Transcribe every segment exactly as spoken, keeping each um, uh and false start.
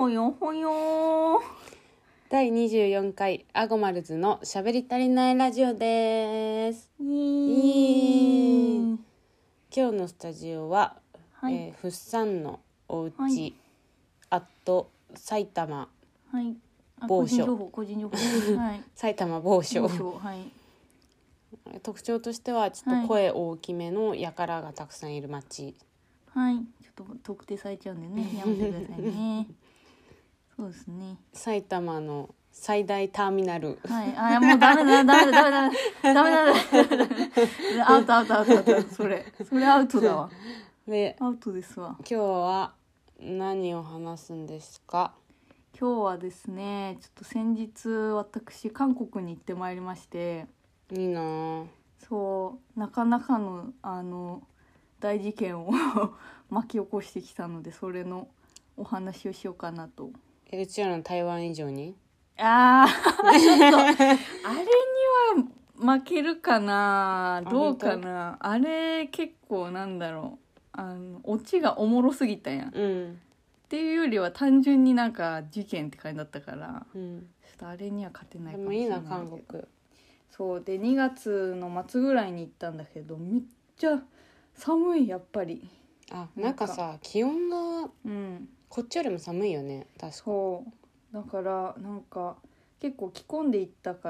ほよほよだいにじゅうよんかいアゴマルズのしゃべり足りないラジオです。 イー今日のスタジオは、 はいえー、フッサンのおうち、 はい、 あと埼玉はい某所個人情報個人情報はい埼玉某所はい特徴としてはちょっと声大きめの輩がたくさんいる町。 はいちょっと特定されちゃうんでねやめてくださいねそうですね埼玉の最大ターミナル。 はいあもうダメだダメだダメだダメだダメだアウトアウトアウトアウトそれそれアウトだわでアウトですわ。 今日は何を話すんですか？ 今日はですねちょっと先日私韓国に行ってまいりまして、 いいな。 そうなかなかのあの大事件を巻き起こしてきたのでそれのお話をしようかなと。 えうちらの台湾以上にあーちょっとあれには負けるかなどうかな あ, あれ結構なんだろうあのオチがおもろすぎたやん、 うん、 っていうよりは単純になんか事件って感じだったから、 うん、 ちょっとあれには勝てないかでもいいもしれないな韓国。 そうでにがつの末ぐらいに行ったんだけどめっちゃ寒いやっぱり。 あなんかさ気温がうんこっちよりも寒いよね確か。 そうだからなんか結構着込んでいったから、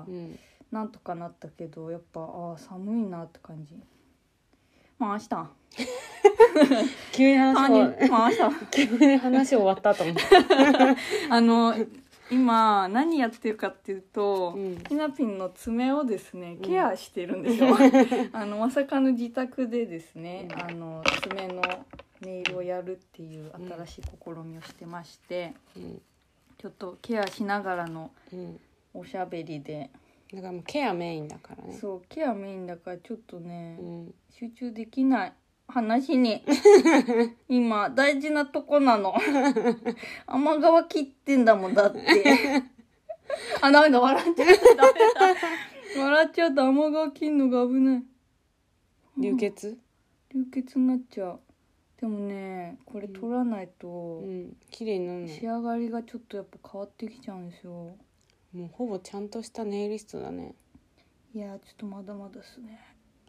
うん、 なんとかなったけどやっぱあ寒いなって感じ。回した急に話回した急に話終わったと思ってあの今何やってるかっていうと、 うん、 ひなぴんの爪をですねケアしてるんですよ、うん、あのまさかの自宅でですね、うん、あの爪のネイルをやるっていう新しい試みをしてまして、うん、ちょっとケアしながらのおしゃべりで、 だからもうケアメインだからね。 そうケアメインだからちょっとね、うん、集中できない話に今大事なとこなの天川切ってんだもんだってあダメだ笑っちゃったダメだ笑っちゃった天川切んのが危ない。 流血、 うん、流血になっちゃう。でもねこれ取らないと、 うんうん、綺麗になるの。 仕上がりがちょっとやっぱ変わってきちゃうんですよ。もうほぼちゃんとしたネイリストだね。 いやちょっとまだまだですね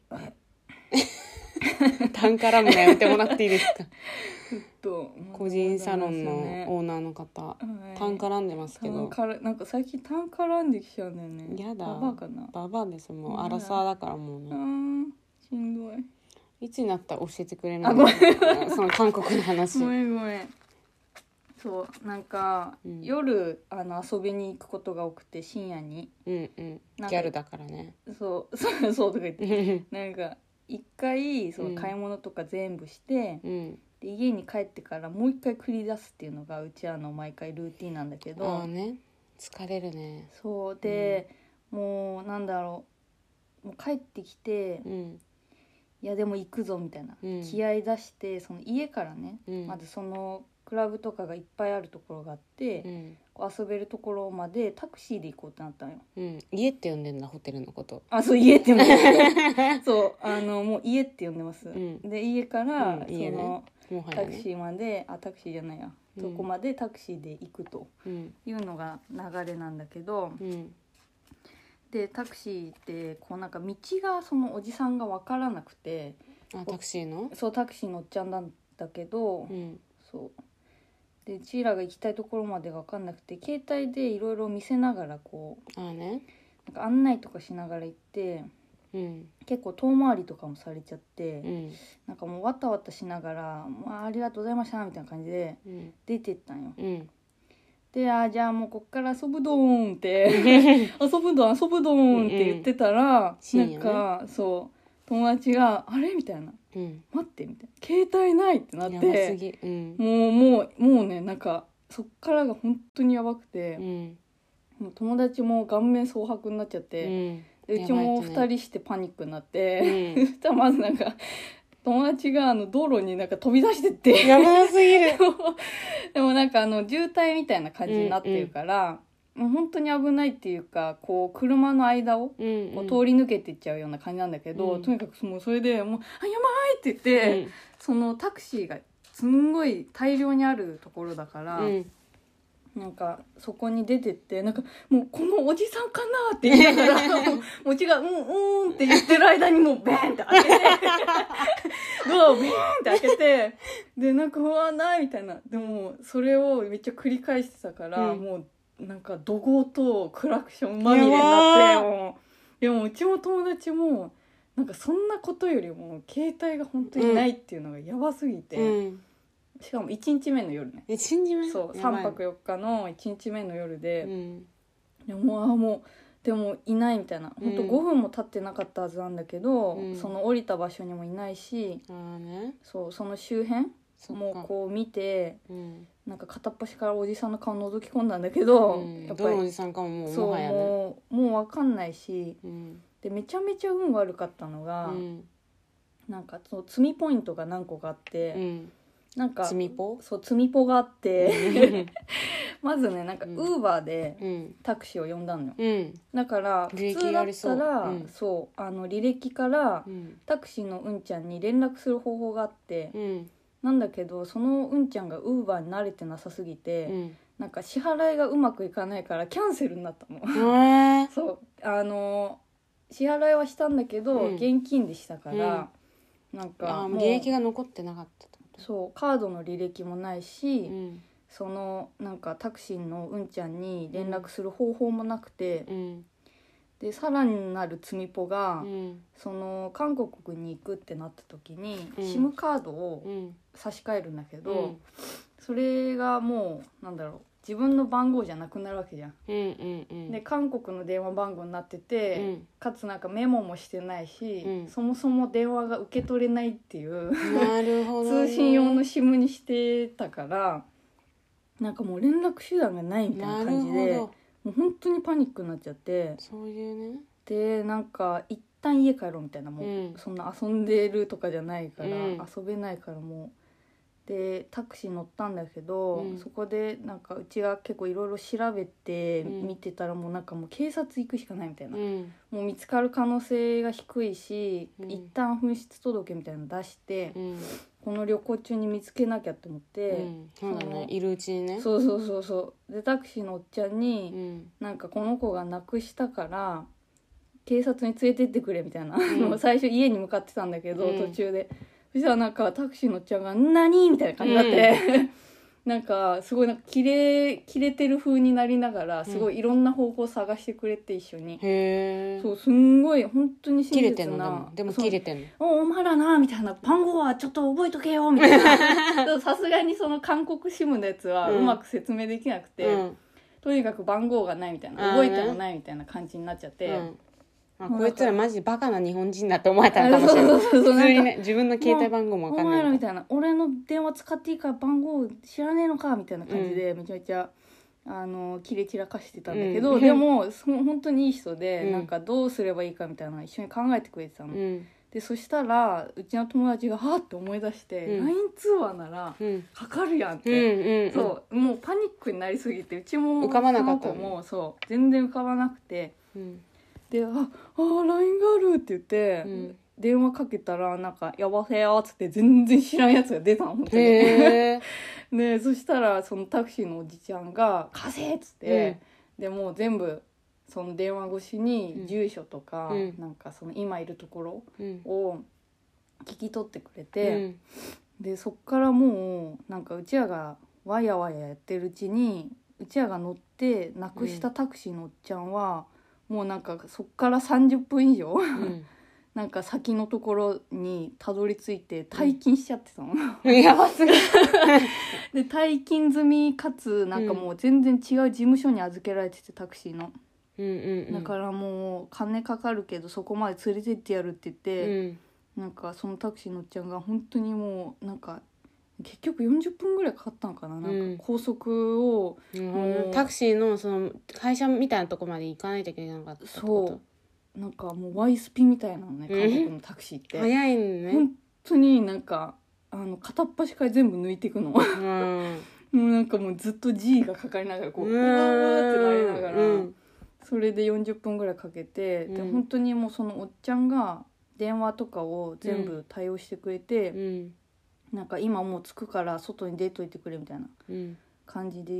単絡むのやめてもらっていいですか？ ちょっと個人サロンのオーナーの方、はい、単絡んでますけどなんか最近単絡んできちゃうんだよね。 やだババアかな。 ババアですもうアラサーだからもうね。 うんしんどい。 いつになったら教えてくれるの？その韓国の話。 ごめんごめん。そうなんか、うん、夜あの遊びに行くことが多くて深夜に。 うんうん。ギャルだからね。 そうそうそうとか言ってなんか一回その買い物とか全部して、うん、で家に帰ってからもう一回繰り出すっていうのがうちらの毎回ルーティンなんだけど。 ああね疲れるね。 そうで、うん、もうなんだろうもう帰ってきて、うん、いやでも行くぞみたいな、うん、気合い出してその家からね、うん、まずそのクラブとかがいっぱいあるところがあって、うん、こう遊べるところまでタクシーで行こうってなったのよ、うん、 家って呼んでんだホテルのこと。 あそう家って呼んでますそうあのもう家って呼んでます、うん、で家から、うん、その、ね、タクシーまであタクシーじゃないやそこまでタクシーで行くというのが流れなんだけど、うん、でタクシーってこうなんか道がそのおじさんが分からなくて。 あタクシーのそうタクシー乗っちゃうんだけど、うん、そうでうちらが行きたいところまで分かんなくて携帯でいろいろ見せながらこうあ、ね、 なんか案内とかしながら行って、うん、結構遠回りとかもされちゃって、うん、なんかもうわたわたしながら「あ, ありがとうございました」みたいな感じで出てったんよ、うん、であじゃあもうこっから遊ぶどーんって遊ぶどん遊ぶどーんって言ってたら、うんうん、なんか、ね、そう友達が「あれ?」みたいな、うん、待ってみたいな携帯ないってなって、やばすぎ、うん、もうもうもうねなんかそっからが本当にやばくて、うん、もう友達も顔面蒼白になっちゃって、うん、でうちもふたりしてパニックになって、うん、そしたらまずなんか友達があの道路になんか飛び出してってやばすぎるでもなんかあの渋滞みたいな感じになってるから、うんうんもう本当に危ないっていうかこう車の間をこう通り抜けていっちゃうような感じなんだけど、うん、とにかくもうそれでもう「あやばい!」って言って、うん、そのタクシーがすんごい大量にあるところだから、うん、 なんかそこに出てってなんかもうこのおじさんかなって言いながらもちがうんうんって言ってる間にもうベーンって開けてドアをベーンって開けてでなんかうわないみたいなでもそれをめっちゃ繰り返してたから、うん、もうなんか怒号とクラクションまみれになってもうでもうちも友達もなんかそんなことよりも携帯が本当にないっていうのがやばすぎて、うん、しかもいちにちめの夜ねいちにちめそうさんぱくよっかのいちにちめの夜で、うん、でもあもうでもいないみたいな本当ごふんも経ってなかったはずなんだけど、うん、その降りた場所にもいないし、 あ、ね、 そうその周辺もうこう見て、うん、なんか片っ端からおじさんの顔覗き込んだんだけど、 うん、やっぱりどのおじさんかももうもはやねもうもう分かんないし、うん、でめちゃめちゃ運悪かったのが、うん、なんかその積みポイントが何個かあって、うん、なんか積みポそう積みポがあってまずねなんかウーバーでタクシーを呼んだのよ、うん、だから普通だったら、うん、そうあの履歴からタクシーのうんちゃんに連絡する方法があって、うん、なんだけどそのうんちゃんがウーバーに慣れてなさすぎて、うん、なんか支払いがうまくいかないからキャンセルになったのそうあの支払いはしたんだけど、うん、現金でしたから、うん、なんかあもう履歴が残ってなかったってことそうカードの履歴もないし、うん、そのなんかタクシーのうんちゃんに連絡する方法もなくて、うん、でさらなる積みポが、うん、その韓国に行くってなった時に、うん、SIM カードを差し替えるんだけど、うん、それがもうなんだろう自分の番号じゃなくなるわけじゃん、うんうんうん、で韓国の電話番号になってて、うん、かつなんかメモもしてないし、うん、そもそも電話が受け取れないっていうなるほど、ね、 通信用の SIM にしてたからなんかもう連絡手段がないみたいな感じでもう本当にパニックになっちゃってそういうねでなんか一旦家帰ろうみたいなもう、うん、そんな遊んでるとかじゃないから、うん、遊べないからもうでタクシー乗ったんだけど、うん、そこでなんかうちが結構いろいろ調べて見てたらもうなんかもう警察行くしかないみたいな、うん、もう見つかる可能性が低いし、うん、一旦紛失届みたいなの出して、うん、この旅行中に見つけなきゃと思って、うん、 そうだねいるうちにねそうそうそうそうでタクシーのおっちゃんに、うん、なんかこの子がなくしたから警察に連れてってくれみたいな、うん、最初家に向かってたんだけど、うん、途中でそしたらなんかタクシーのおっちゃんが何みたいな感じになって、うん、なんかすごいなんかキレキレてる風になりながらすごいいろんな方法を探してくれて一緒に、うん、へそうすんごい本当に親切なキレてんのでもでもキレてんのおお前らなみたいな番号はちょっと覚えとけよみたいなさすがにその韓国シムのやつはうまく説明できなくて、うん、とにかく番号がないみたいな覚えてもないみたいな感じになっちゃって、うんあこいつらマジバカな日本人だって思われたのかもしれない普通にね自分の携帯番号も分かんないお前らみたいな俺の電話使っていいから番号知らねえのかみたいな感じで、うん、めちゃめちゃあのキレ散らかしてたんだけど、うん、でもそ本当にいい人で、うん、なんかどうすればいいかみたいなの一緒に考えてくれてたの、うん、でそしたらうちの友達がはーって思い出して、うん、ライン 通話ならかかるやんって、うんうんうん、そうもうパニックになりすぎてうちも浮かばなかった、 その子もそう全然浮かばなくて、うんでああ ライン があるって言って、うん、電話かけたらなんかやばせよっつって全然知らんやつが出たの本当にでそしたらそのタクシーのおじちゃんが貸せっつって、うん、でもう全部その電話越しに住所とか、うん、なんかその今いるところを聞き取ってくれて、うん、でそっからもうなんかうちらがわやわややってるうちにうちらが乗ってなくしたタクシーのおっちゃんは、もうなんかそっからさんじゅっぷん以上、うん、なんか先のところにたどり着いて退勤しちゃってたの、 うん、やばすぎで退勤済みかつなんかもう全然違う事務所に預けられててタクシーの、うんうんうん、だからもう金かかるけどそこまで連れてってやるって言って、うん、なんかそのタクシーのおっちゃんが本当にもうなんか結局よんじゅっぷんぐらいかかったのかな、うん、なんか高速を、 うん、タクシーのその会社みたいなとこまで行かないといけなかったってこと。 そうなんかもうワイスピみたいなのね、韓国のタクシーって、 うん、早いね本当になんかあの片っ端から全部抜いていくの、うん、もうなんかもうずっと G がかかりながらこううーってなりながら、うん、それでよんじゅっぷんぐらいかけて、うん、で本当にもうそのおっちゃんが電話とかを全部対応してくれて、うんなんか今もう着くから外に出といてくれみたいな感じで言っ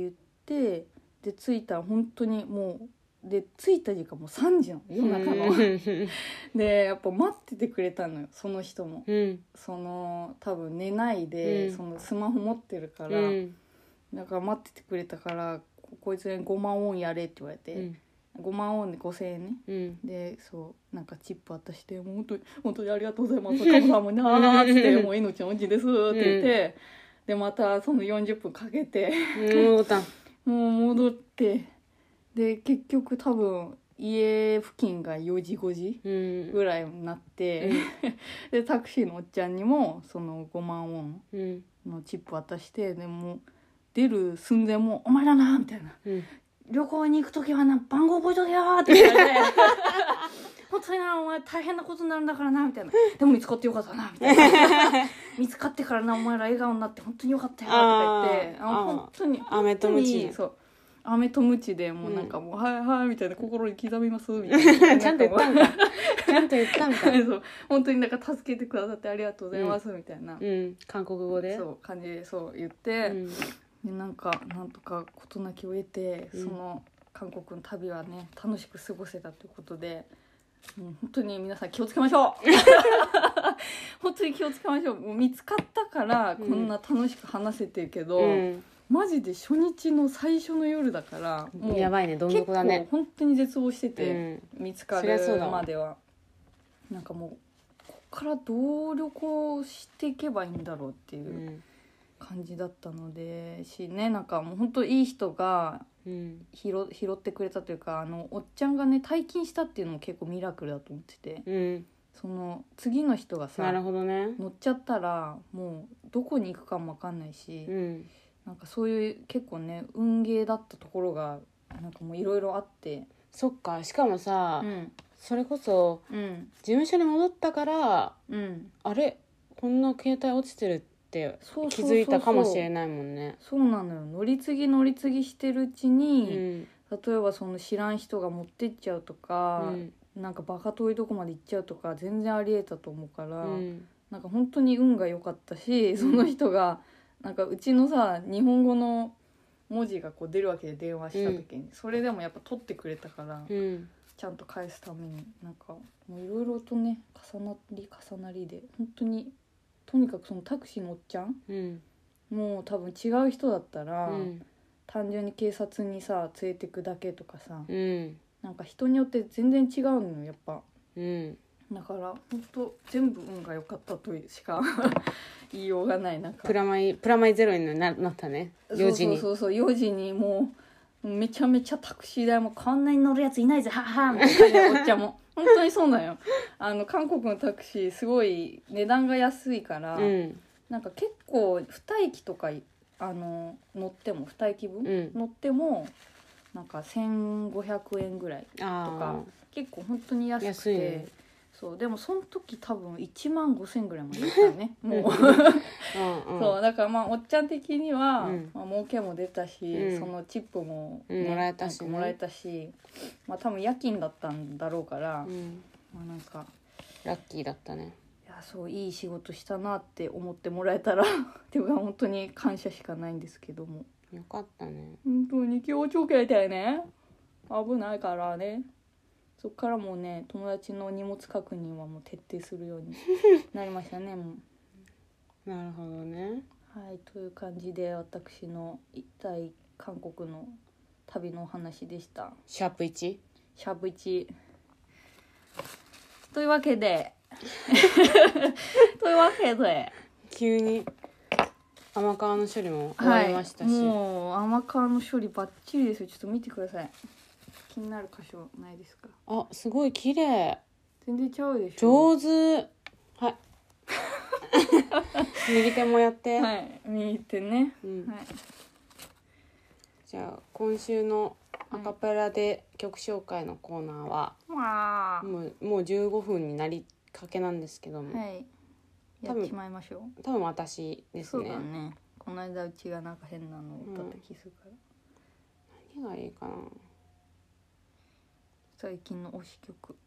て、で着いたら本当にもうで着いた時間もうさんじなの夜中のでやっぱ待っててくれたのよその人も、 うん、その多分寝ないで、うん、そのスマホ持ってるから、うん、だから待っててくれたからこいつにごまんウォンやれって言われて、うん、ごまんウォンでごせんえんね、うん、でそうなんかチップ渡してもう本当に本当にありがとうございますカモさんもなーってってもう命の恩人ですって言って、うん、でまたそのよんじゅっぷんかけて戻ったもう戻ってで結局多分家付近がよじごじぐらいになって、うん、でタクシーのおっちゃんにもそのごまんウォンのチップ渡してでも出る寸前もお前らなみたいな、うん、旅行に行くときはな番号覚えとけよって言われて本当になお前大変なことになるんだからなみたいなでも見つかってよかったなみたいな見つかってからなお前ら笑顔になって本当によかったよとか言ってああ本当に飴とムチそう飴とムチでもうなんかもう、うん、はいはいみたいな心に刻みますみたいなちゃんと言ったんかちゃんと言ったんかそう本当になんか助けてくださってありがとうございます、うん、みたいな、 うん、韓国語でそう感じでそう言って、うん、でなんかなんとか事なきを得て、うん、その韓国の旅はね楽しく過ごせたということで、もう本当に皆さん気をつけましょう本当に気をつけましょう。もう見つかったからこんな楽しく話せてるけど、うんマジで初日の最初の夜だからもうやばいねどん底だね結構本当に絶望してて、うん、見つかるまではなんかもうこっからどう旅行していけばいいんだろうっていう感じだったので、うん、しねなんかもう本当いい人が拾、拾ってくれたというかあのおっちゃんがね退勤したっていうのも結構ミラクルだと思ってて、うん、その次の人がさなるほど、ね、 乗っちゃったらもうどこに行くかも分かんないし、うんなんかそういう結構ね運ゲーだったところがなんかもういろいろあってそっかしかもさ、うん、それこそ、うん、事務所に戻ったから、うん、あれこんな携帯落ちてるって気づいたかもしれないもんね。 そうなのよ乗り継ぎ乗り継ぎしてるうちに、うん、例えばその知らん人が持ってっちゃうとか、うん、なんかバカ遠いとこまで行っちゃうとか全然ありえたと思うから、うん、なんか本当に運が良かったしその人がなんかうちのさ日本語の文字がこう出るわけで電話した時に、うん、それでもやっぱ取ってくれたから、うん、ちゃんと返すためになんかもういろいろとね重なり重なりで本当にとにかくそのタクシーのおっちゃん、うん、もう多分違う人だったら、うん、単純に警察にさ連れてくだけとかさ、うん、なんか人によって全然違うのよやっぱ、うん、だから本当全部運が良かったとしか言いようがない。なんかプラマイプラマイゼロに な, なったねよじにそうそうそうよじにもうめちゃめちゃタクシー代もこんなに乗るやついないぜははみたいな感じでおっちゃんも本当にそうなんよあの韓国のタクシーすごい値段が安いから、うん、なんか結構に駅とかあの乗ってもに駅分、うん、乗ってもなんかせんごひゃくえんぐらいとか結構本当に安くて安い、ね、そうでもその時多分いちまんごせんぐらいまでだったねもううん、そうだからまあおっちゃん的には、うんまあ、儲けも出たし、うん、そのチップも、ねうん、もらえたし、 ね、もらえたし、まあ多分夜勤だったんだろうから、うんまあ、なんかラッキーだったね。 いやそういい仕事したなって思ってもらえたらっていうか本当に感謝しかないんですけども。 よかったね。 本当に気をつけてね危ないからね。そっからもうね友達の荷物確認はもう徹底するようになりましたねもうなるほどね。 はいという感じで私の一体韓国の旅のお話でした。 シャープいちシャープいちというわけでというわけで急に甘皮の処理も終わりましたし、 はい、もう甘皮の処理バッチリですよ。ちょっと見てください。気になる箇所ないですか？ あ、すごい綺麗。 全然ちゃうでしょ。 上手。はい。右手もやって。 はい、右手ね。うん、はい。 じゃあ今週のアカペラで曲紹介のコーナーは、はい、もうもうじゅうごふんになりかけなんですけども。はい。 やってしまいましょう。 多分私ですね。 そうだね。この間うちがなんか変なのを歌った気するから。 うん、何がいいかな。 最近の推し曲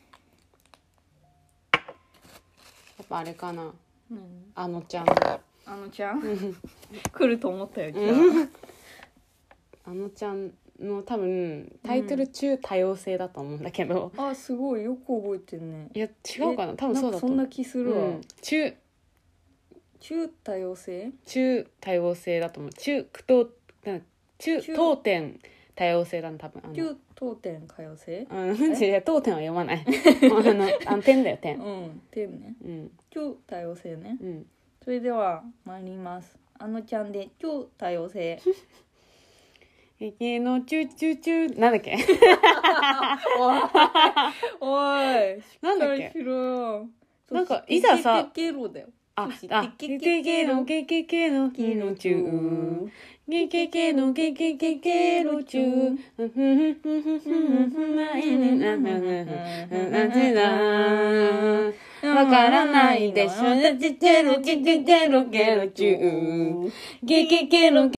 やっぱあれかな、うん、あのちゃんあのちゃん来ると思ったよ。じゃああのちゃんの多分タイトル中多様性だと思うんだけど、 うん、あすごいよく覚えてるね。 いや違うかな、多分そうだと思う。 そんな気するわ、うん、 中中多様性中多様性だと思う。中句読中当点多様性だね多分。 中当点多様性、 うん、いや当点は読まないあのあの点だよ点。 うん点ね、うん、中多様性ね、 うん、 それでは参ります。あのちゃんで超多様性えけのチュチュチュなんだっけおいおいなんだっけしろなんかいざさケケロだよ。 あ、あ、ケケケのケケケのケのチュケケケのケケケケのチュふふふふふふないねなななななわからないでしょチケロチケケロケロチュケケケロ